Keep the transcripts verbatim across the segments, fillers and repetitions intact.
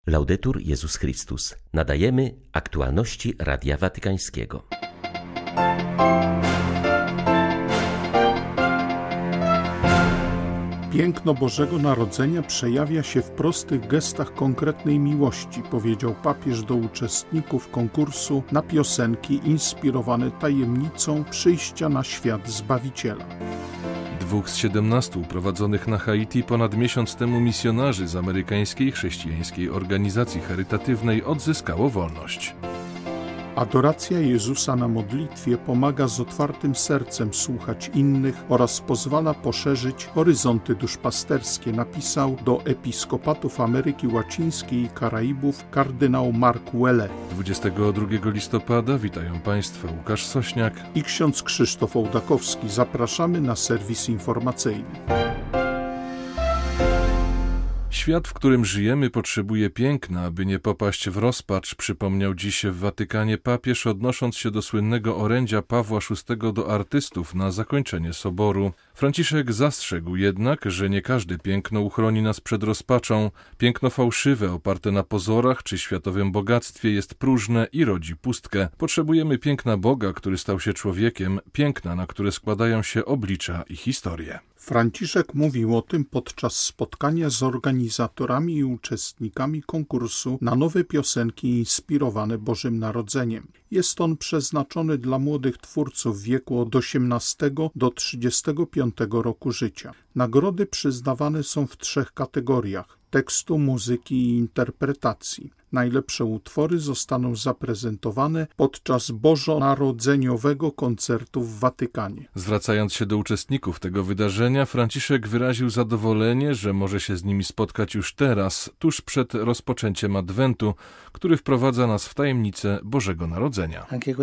Laudetur Jezus Chrystus. Nadajemy aktualności Radia Watykańskiego. Piękno Bożego Narodzenia przejawia się w prostych gestach konkretnej miłości, powiedział papież do uczestników konkursu na piosenki inspirowane tajemnicą przyjścia na świat Zbawiciela. Dwóch z siedemnastu uprowadzonych na Haiti ponad miesiąc temu misjonarzy z amerykańskiej chrześcijańskiej organizacji charytatywnej odzyskało wolność. Adoracja Jezusa na modlitwie pomaga z otwartym sercem słuchać innych oraz pozwala poszerzyć horyzonty duszpasterskie, napisał do episkopatów Ameryki Łacińskiej i Karaibów kardynał Mark Welle. dwudziestego drugiego listopada witają Państwa Łukasz Sośniak i ksiądz Krzysztof Ołdakowski. Zapraszamy na serwis informacyjny. Świat, w którym żyjemy, potrzebuje piękna, aby nie popaść w rozpacz, przypomniał dziś w Watykanie papież, odnosząc się do słynnego orędzia Pawła szóstego do artystów na zakończenie soboru. Franciszek zastrzegł jednak, że nie każde piękno uchroni nas przed rozpaczą. Piękno fałszywe, oparte na pozorach czy światowym bogactwie, jest próżne i rodzi pustkę. Potrzebujemy piękna Boga, który stał się człowiekiem, piękna, na które składają się oblicza i historie. Franciszek mówił o tym podczas spotkania z organizatorami i uczestnikami konkursu na nowe piosenki inspirowane Bożym Narodzeniem. Jest on przeznaczony dla młodych twórców w wieku od osiemnastego do trzydziestego piątego roku życia. Nagrody przyznawane są w trzech kategoriach: tekstu, muzyki i interpretacji. Najlepsze utwory zostaną zaprezentowane podczas bożonarodzeniowego koncertu w Watykanie. Zwracając się do uczestników tego wydarzenia, Franciszek wyraził zadowolenie, że może się z nimi spotkać już teraz, tuż przed rozpoczęciem Adwentu, który wprowadza nas w tajemnicę Bożego Narodzenia.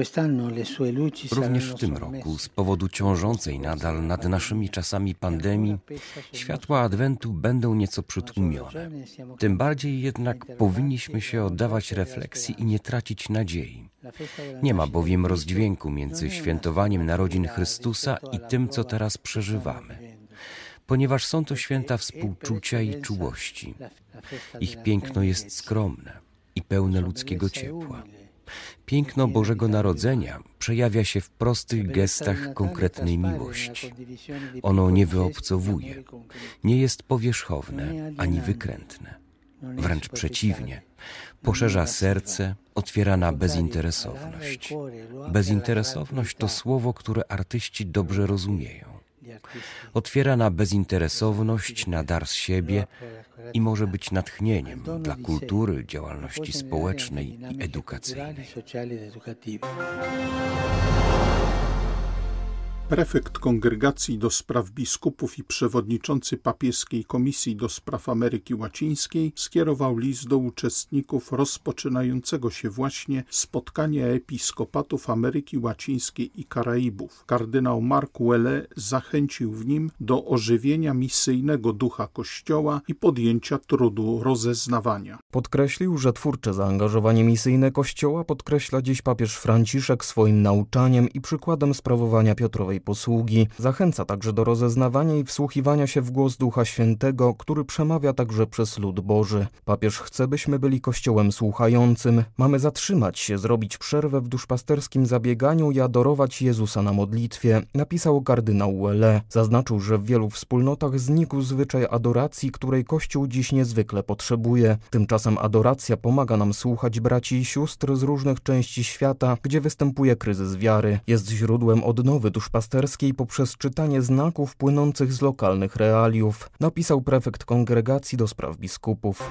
Również w tym roku, z powodu ciążącej nadal nad naszymi czasami pandemii, światła Adwentu będą nieco przytłumione. Tym bardziej jednak powinniśmy się oddawać refleksji i nie tracić nadziei. Nie ma bowiem rozdźwięku między świętowaniem narodzin Chrystusa i tym, co teraz przeżywamy, ponieważ są to święta współczucia i czułości. Ich piękno jest skromne i pełne ludzkiego ciepła. Piękno Bożego Narodzenia przejawia się w prostych gestach konkretnej miłości. Ono nie wyobcowuje, nie jest powierzchowne ani wykrętne. Wręcz przeciwnie, poszerza serce, otwiera na bezinteresowność. Bezinteresowność to słowo, które artyści dobrze rozumieją. Otwiera na bezinteresowność, na dar z siebie i może być natchnieniem dla kultury, działalności społecznej i edukacyjnej. Prefekt Kongregacji do Spraw Biskupów i przewodniczący Papieskiej Komisji do Spraw Ameryki Łacińskiej skierował list do uczestników rozpoczynającego się właśnie spotkania episkopatów Ameryki Łacińskiej i Karaibów. Kardynał Mark Welle zachęcił w nim do ożywienia misyjnego ducha Kościoła i podjęcia trudu rozeznawania. Podkreślił, że twórcze zaangażowanie misyjne Kościoła podkreśla dziś papież Franciszek swoim nauczaniem i przykładem sprawowania Piotrowej posługi. Zachęca także do rozeznawania i wsłuchiwania się w głos Ducha Świętego, który przemawia także przez lud Boży. Papież chce, byśmy byli Kościołem słuchającym. Mamy zatrzymać się, zrobić przerwę w duszpasterskim zabieganiu i adorować Jezusa na modlitwie, napisał kardynał Welle. Zaznaczył, że w wielu wspólnotach znikł zwyczaj adoracji, której Kościół dziś niezwykle potrzebuje. Tymczasem adoracja pomaga nam słuchać braci i sióstr z różnych części świata, gdzie występuje kryzys wiary. Jest źródłem odnowy duszpasterskiej poprzez czytanie znaków płynących z lokalnych realiów, napisał prefekt Kongregacji do Spraw Biskupów.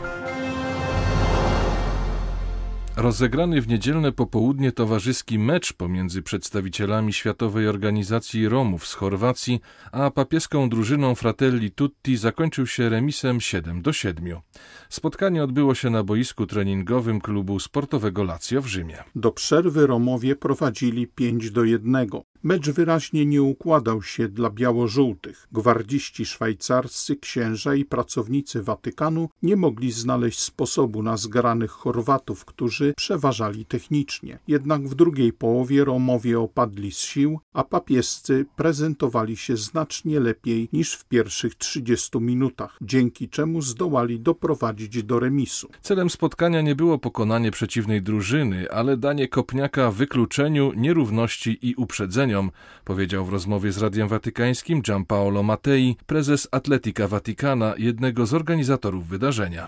Rozegrany w niedzielne popołudnie towarzyski mecz pomiędzy przedstawicielami Światowej Organizacji Romów z Chorwacji a papieską drużyną Fratelli Tutti zakończył się remisem siedem do siedmiu. Spotkanie odbyło się na boisku treningowym klubu sportowego Lazio w Rzymie. Do przerwy Romowie prowadzili pięć do jednego. Mecz wyraźnie nie układał się dla biało-żółtych. Gwardziści szwajcarscy, księża i pracownicy Watykanu nie mogli znaleźć sposobu na zgranych Chorwatów, którzy przeważali technicznie. Jednak w drugiej połowie Romowie opadli z sił, a papiescy prezentowali się znacznie lepiej niż w pierwszych trzydziestu minutach, dzięki czemu zdołali doprowadzić do remisu. Celem spotkania nie było pokonanie przeciwnej drużyny, ale danie kopniaka wykluczeniu, nierówności i uprzedzeniom, powiedział w rozmowie z Radiem Watykańskim Gianpaolo Mattei, prezes Atletica Vaticana, jednego z organizatorów wydarzenia.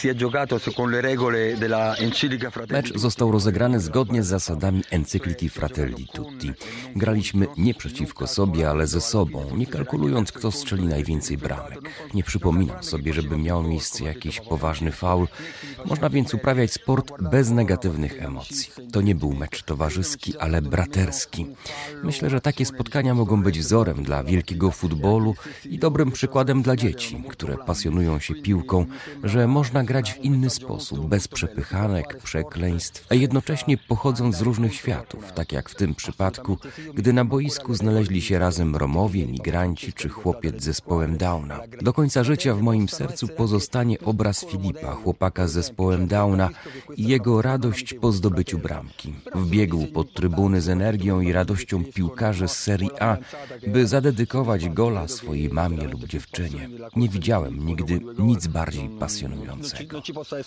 Mecz został rozegrany zgodnie z zasadami encykliki Fratelli Tutti. Graliśmy nie przeciwko sobie, ale ze sobą, nie kalkulując, kto strzeli najwięcej bramek. Nie przypominam sobie, żeby miał miejsce jakiś poważny faul. Można więc uprawiać sport bez negatywnych emocji. To nie był mecz towarzyski, ale braterski. Myślę, że takie spotkania mogą być wzorem dla wielkiego futbolu i dobrym przykładem dla dzieci, które pasjonują się piłką, że można grać w inny sposób, bez przepychanek, przekleństw, a jednocześnie pochodząc z różnych światów, tak jak w tym przypadku, gdy na boisku znaleźli się razem Romowie, migranci czy chłopiec z zespołem Downa. Do końca życia w moim sercu pozostanie obraz Filipa, chłopaka z zespołem Downa i jego radość po zdobyciu bramki. Wbiegł pod trybuny z energią i radością piłkarzy z Serie A, by zadedykować gola swojej mamie lub dziewczynie. Nie widziałem nigdy nic bardziej pasjonującego.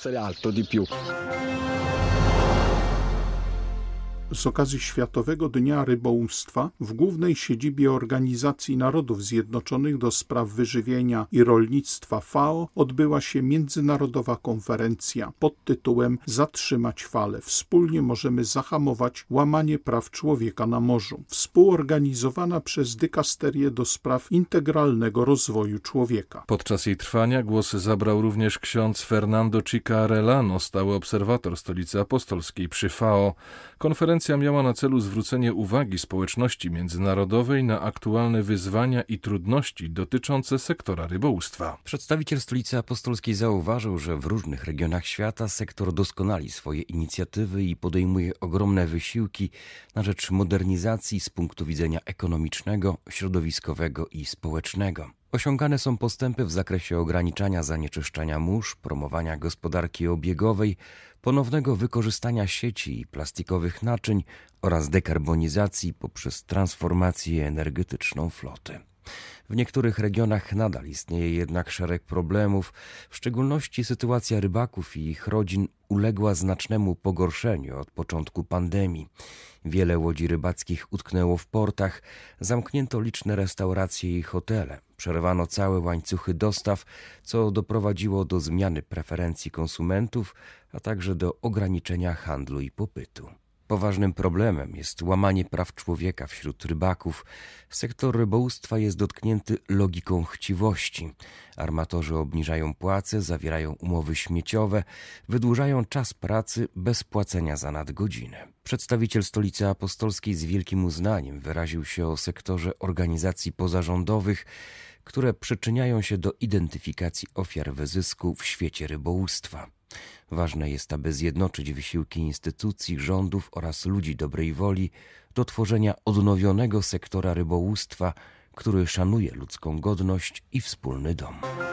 Z okazji Światowego Dnia Rybołówstwa w głównej siedzibie Organizacji Narodów Zjednoczonych do spraw wyżywienia i rolnictwa F A O odbyła się międzynarodowa konferencja pod tytułem Zatrzymać falę. Wspólnie możemy zahamować łamanie praw człowieka na morzu. Współorganizowana przez Dykasterię do spraw integralnego rozwoju człowieka. Podczas jej trwania głos zabrał również ksiądz Fernando Ciccarellano, stały obserwator Stolicy Apostolskiej przy F A O. Konferencja miała na celu zwrócenie uwagi społeczności międzynarodowej na aktualne wyzwania i trudności dotyczące sektora rybołówstwa. Przedstawiciel Stolicy Apostolskiej zauważył, że w różnych regionach świata sektor doskonali swoje inicjatywy i podejmuje ogromne wysiłki na rzecz modernizacji z punktu widzenia ekonomicznego, środowiskowego i społecznego. Osiągane są postępy w zakresie ograniczania zanieczyszczania mórz, promowania gospodarki obiegowej, ponownego wykorzystania sieci i plastikowych naczyń oraz dekarbonizacji poprzez transformację energetyczną floty. W niektórych regionach nadal istnieje jednak szereg problemów, w szczególności sytuacja rybaków i ich rodzin uległa znacznemu pogorszeniu od początku pandemii. Wiele łodzi rybackich utknęło w portach, zamknięto liczne restauracje i hotele, przerwano całe łańcuchy dostaw, co doprowadziło do zmiany preferencji konsumentów, a także do ograniczenia handlu i popytu. Poważnym problemem jest łamanie praw człowieka wśród rybaków. Sektor rybołówstwa jest dotknięty logiką chciwości. Armatorzy obniżają płace, zawierają umowy śmieciowe, wydłużają czas pracy bez płacenia za nadgodziny. Przedstawiciel Stolicy Apostolskiej z wielkim uznaniem wyraził się o sektorze organizacji pozarządowych, które przyczyniają się do identyfikacji ofiar wyzysku w świecie rybołówstwa. Ważne jest, aby zjednoczyć wysiłki instytucji, rządów oraz ludzi dobrej woli do tworzenia odnowionego sektora rybołówstwa, który szanuje ludzką godność i wspólny dom.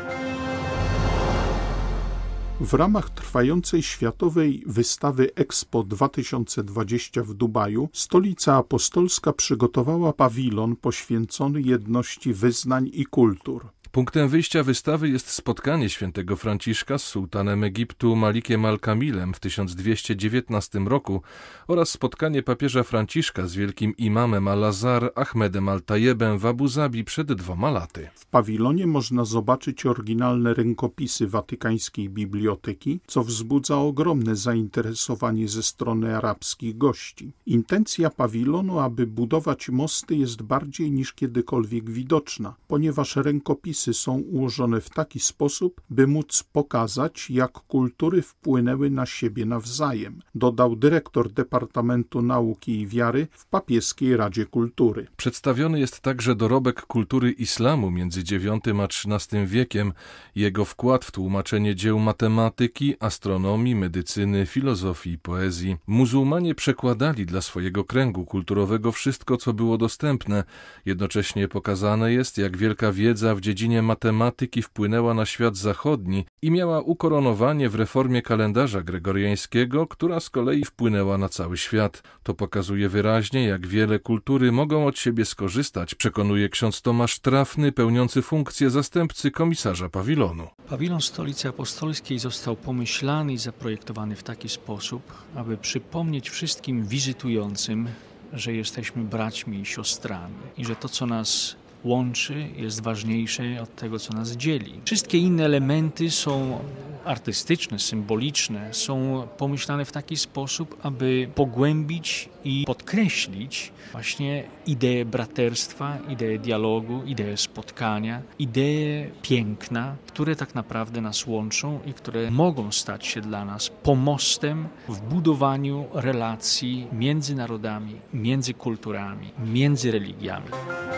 W ramach trwającej światowej wystawy Expo dwa tysiące dwadzieścia w Dubaju Stolica Apostolska przygotowała pawilon poświęcony jedności wyznań i kultur. Punktem wyjścia wystawy jest spotkanie świętego Franciszka z sułtanem Egiptu Malikiem Al-Kamilem w tysiąc dwieście dziewiętnastym roku oraz spotkanie papieża Franciszka z wielkim imamem Al-Azhar Ahmedem Al-Tajebem w Abu Zabi przed dwoma laty. W pawilonie można zobaczyć oryginalne rękopisy Watykańskiej Biblioteki, co wzbudza ogromne zainteresowanie ze strony arabskich gości. Intencja pawilonu, aby budować mosty, jest bardziej niż kiedykolwiek widoczna, ponieważ rękopisy napisy są ułożone w taki sposób, by móc pokazać, jak kultury wpłynęły na siebie nawzajem, dodał dyrektor Departamentu Nauki i Wiary w Papieskiej Radzie Kultury. Przedstawiony jest także dorobek kultury islamu między dziewiątym a trzynastym wiekiem, jego wkład w tłumaczenie dzieł matematyki, astronomii, medycyny, filozofii i poezji. Muzułmanie przekładali dla swojego kręgu kulturowego wszystko, co było dostępne. Jednocześnie pokazane jest, jak wielka wiedza w dziedzinie matematyki wpłynęła na świat zachodni i miała ukoronowanie w reformie kalendarza gregoriańskiego, która z kolei wpłynęła na cały świat. To pokazuje wyraźnie, jak wiele kultury mogą od siebie skorzystać, przekonuje ksiądz Tomasz Trafny, pełniący funkcję zastępcy komisarza pawilonu. Pawilon Stolicy Apostolskiej został pomyślany i zaprojektowany w taki sposób, aby przypomnieć wszystkim wizytującym, że jesteśmy braćmi i siostrami i że to, co nas łączy, jest ważniejsze od tego, co nas dzieli. Wszystkie inne elementy są artystyczne, symboliczne, są pomyślane w taki sposób, aby pogłębić i podkreślić właśnie ideę braterstwa, ideę dialogu, ideę spotkania, ideę piękna, które tak naprawdę nas łączą i które mogą stać się dla nas pomostem w budowaniu relacji między narodami, między kulturami, między religiami.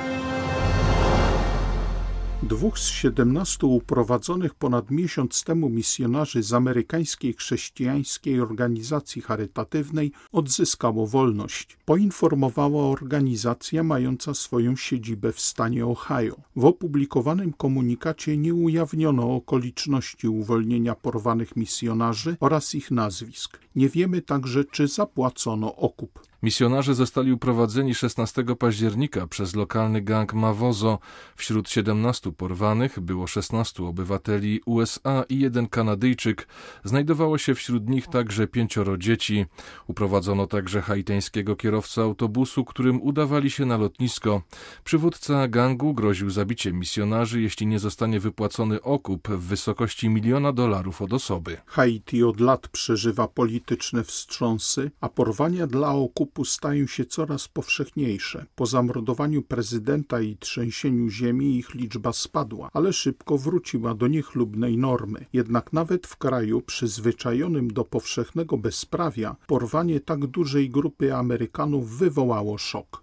Dwóch z siedemnastu uprowadzonych ponad miesiąc temu misjonarzy z amerykańskiej chrześcijańskiej organizacji charytatywnej odzyskało wolność, poinformowała organizacja mająca swoją siedzibę w stanie Ohio. W opublikowanym komunikacie nie ujawniono okoliczności uwolnienia porwanych misjonarzy oraz ich nazwisk. Nie wiemy także, czy zapłacono okup. Misjonarze zostali uprowadzeni szesnastego października przez lokalny gang Mawozo. Wśród siedemnastu porwanych było szesnastu obywateli U S A i jeden Kanadyjczyk. Znajdowało się wśród nich także pięcioro dzieci. Uprowadzono także haitańskiego kierowcę autobusu, którym udawali się na lotnisko. Przywódca gangu groził zabiciem misjonarzy, jeśli nie zostanie wypłacony okup w wysokości miliona dolarów od osoby. Haiti od lat przeżywa polityczne wstrząsy, a porwania dla okupu stają się coraz powszechniejsze. Po zamordowaniu prezydenta i trzęsieniu ziemi ich liczba spadła, ale szybko wróciła do niechlubnej normy. Jednak nawet w kraju przyzwyczajonym do powszechnego bezprawia, porwanie tak dużej grupy Amerykanów wywołało szok.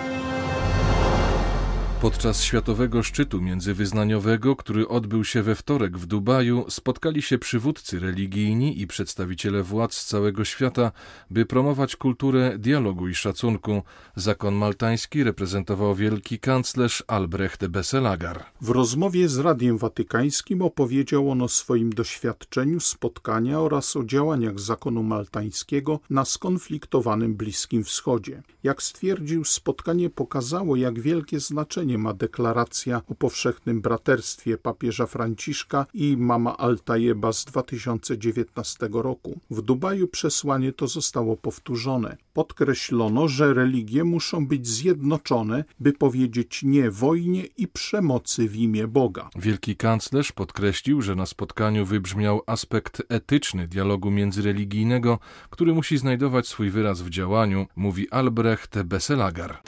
Podczas światowego szczytu międzywyznaniowego, który odbył się we wtorek w Dubaju, spotkali się przywódcy religijni i przedstawiciele władz z całego świata, by promować kulturę dialogu i szacunku. Zakon maltański reprezentował wielki kanclerz Albrecht Beselager. W rozmowie z Radiem Watykańskim opowiedział on o swoim doświadczeniu spotkania oraz o działaniach zakonu maltańskiego na skonfliktowanym Bliskim Wschodzie. Jak stwierdził, spotkanie pokazało, jak wielkie znaczenie ma deklaracja o powszechnym braterstwie papieża Franciszka i Mama Altajeba z dwa tysiące dziewiętnastego roku. W Dubaju przesłanie to zostało powtórzone. Podkreślono, że religie muszą być zjednoczone, by powiedzieć nie wojnie i przemocy w imię Boga. Wielki kanclerz podkreślił, że na spotkaniu wybrzmiał aspekt etyczny dialogu międzyreligijnego, który musi znajdować swój wyraz w działaniu, mówi Albrecht Beselager.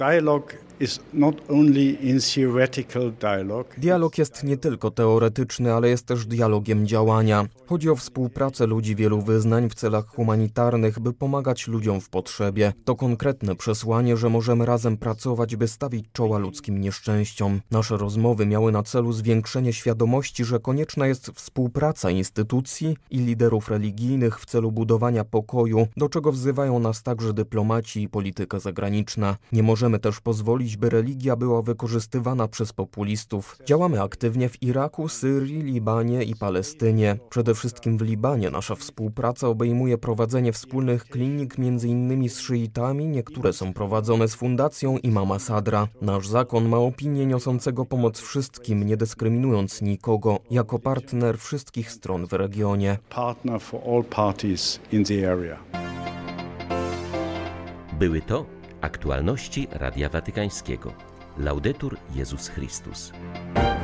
Dialog jest nie tylko teoretyczny, ale jest też dialogiem działania. Chodzi o współpracę ludzi wielu wyznań w celach humanitarnych, by pomagać ludziom w potrzebie. To konkretne przesłanie, że możemy razem pracować, by stawić czoła ludzkim nieszczęściom. Nasze rozmowy miały na celu zwiększenie świadomości, że konieczna jest współpraca instytucji i liderów religijnych w celu budowania pokoju, do czego wzywają nas także dyplomaci i polityka zagraniczna. Nie możemy też pozwolić, by religia była wykorzystywana przez populistów. Działamy aktywnie w Iraku, Syrii, Libanie i Palestynie. Przede wszystkim w Libanie nasza współpraca obejmuje prowadzenie wspólnych klinik między innymi z szyitami, niektóre są prowadzone z fundacją Imama Sadra. Nasz zakon ma opinię niosącego pomoc wszystkim, nie dyskryminując nikogo, jako partner wszystkich stron w regionie. Były to aktualności Radia Watykańskiego. Laudetur Jezus Chrystus.